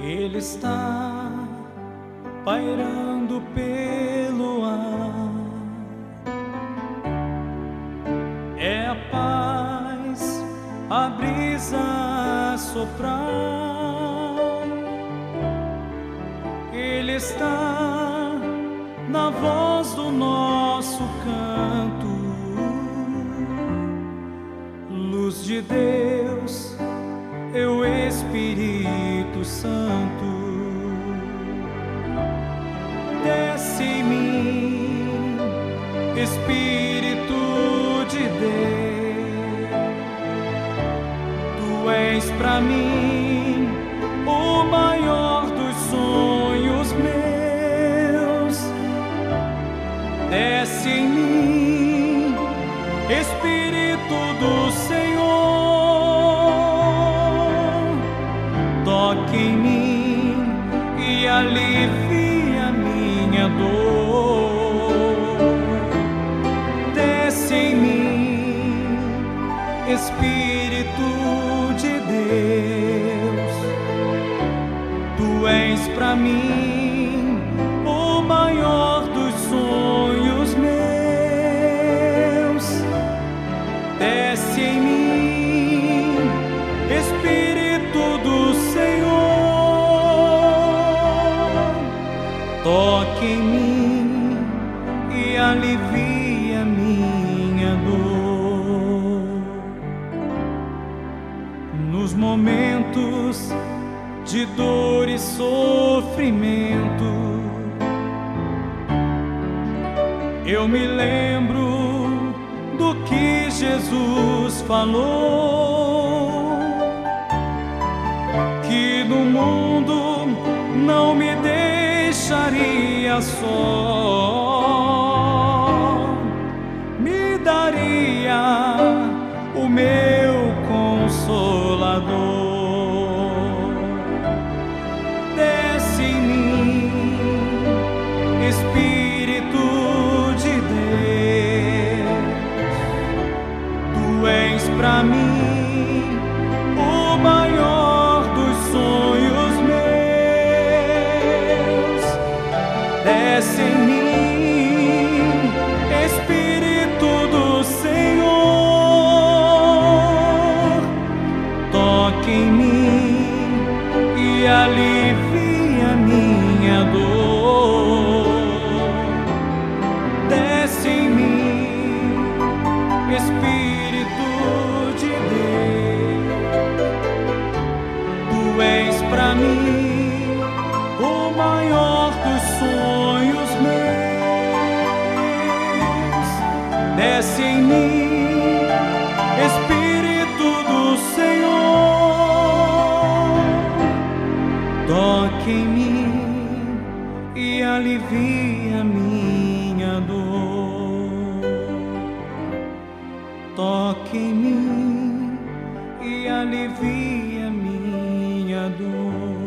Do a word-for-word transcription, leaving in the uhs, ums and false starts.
Ele está pairando pelo ar. É a paz, a brisa a soprar. Ele está na voz do nosso canto. Luz de Deus, é o Espírito Santo. Desce em mim, Espírito de Deus. Tu és pra mim o maior dos sonhos meus. Desce em mim, Espírito do Senhor. Toque em mim e alivia minha dor. Desce em mim, Espírito de Deus. Tu és pra mim o maior dos sonhos meus. Desce em mim, Espírito do Senhor. Toque em mim e alivia minha dor. Nos momentos de dor e sofrimento, eu me lembro do que Jesus falou, que no mundo não me deixaria só, me daria o meu Consolador. Desce em mim, Espírito de Deus. Tu és pra mim o maior dos sonhos meus. Desce em mim, Espírito do Senhor. Toque em mim e alivia minha dor. Desce em mim, Espírito de Deus. Tu és pra mim o maior dos sonhos meus. Desce em mim, Espírito do Senhor. Toque em mim e alivia minha dor. Toque em mim e alivia minha dor.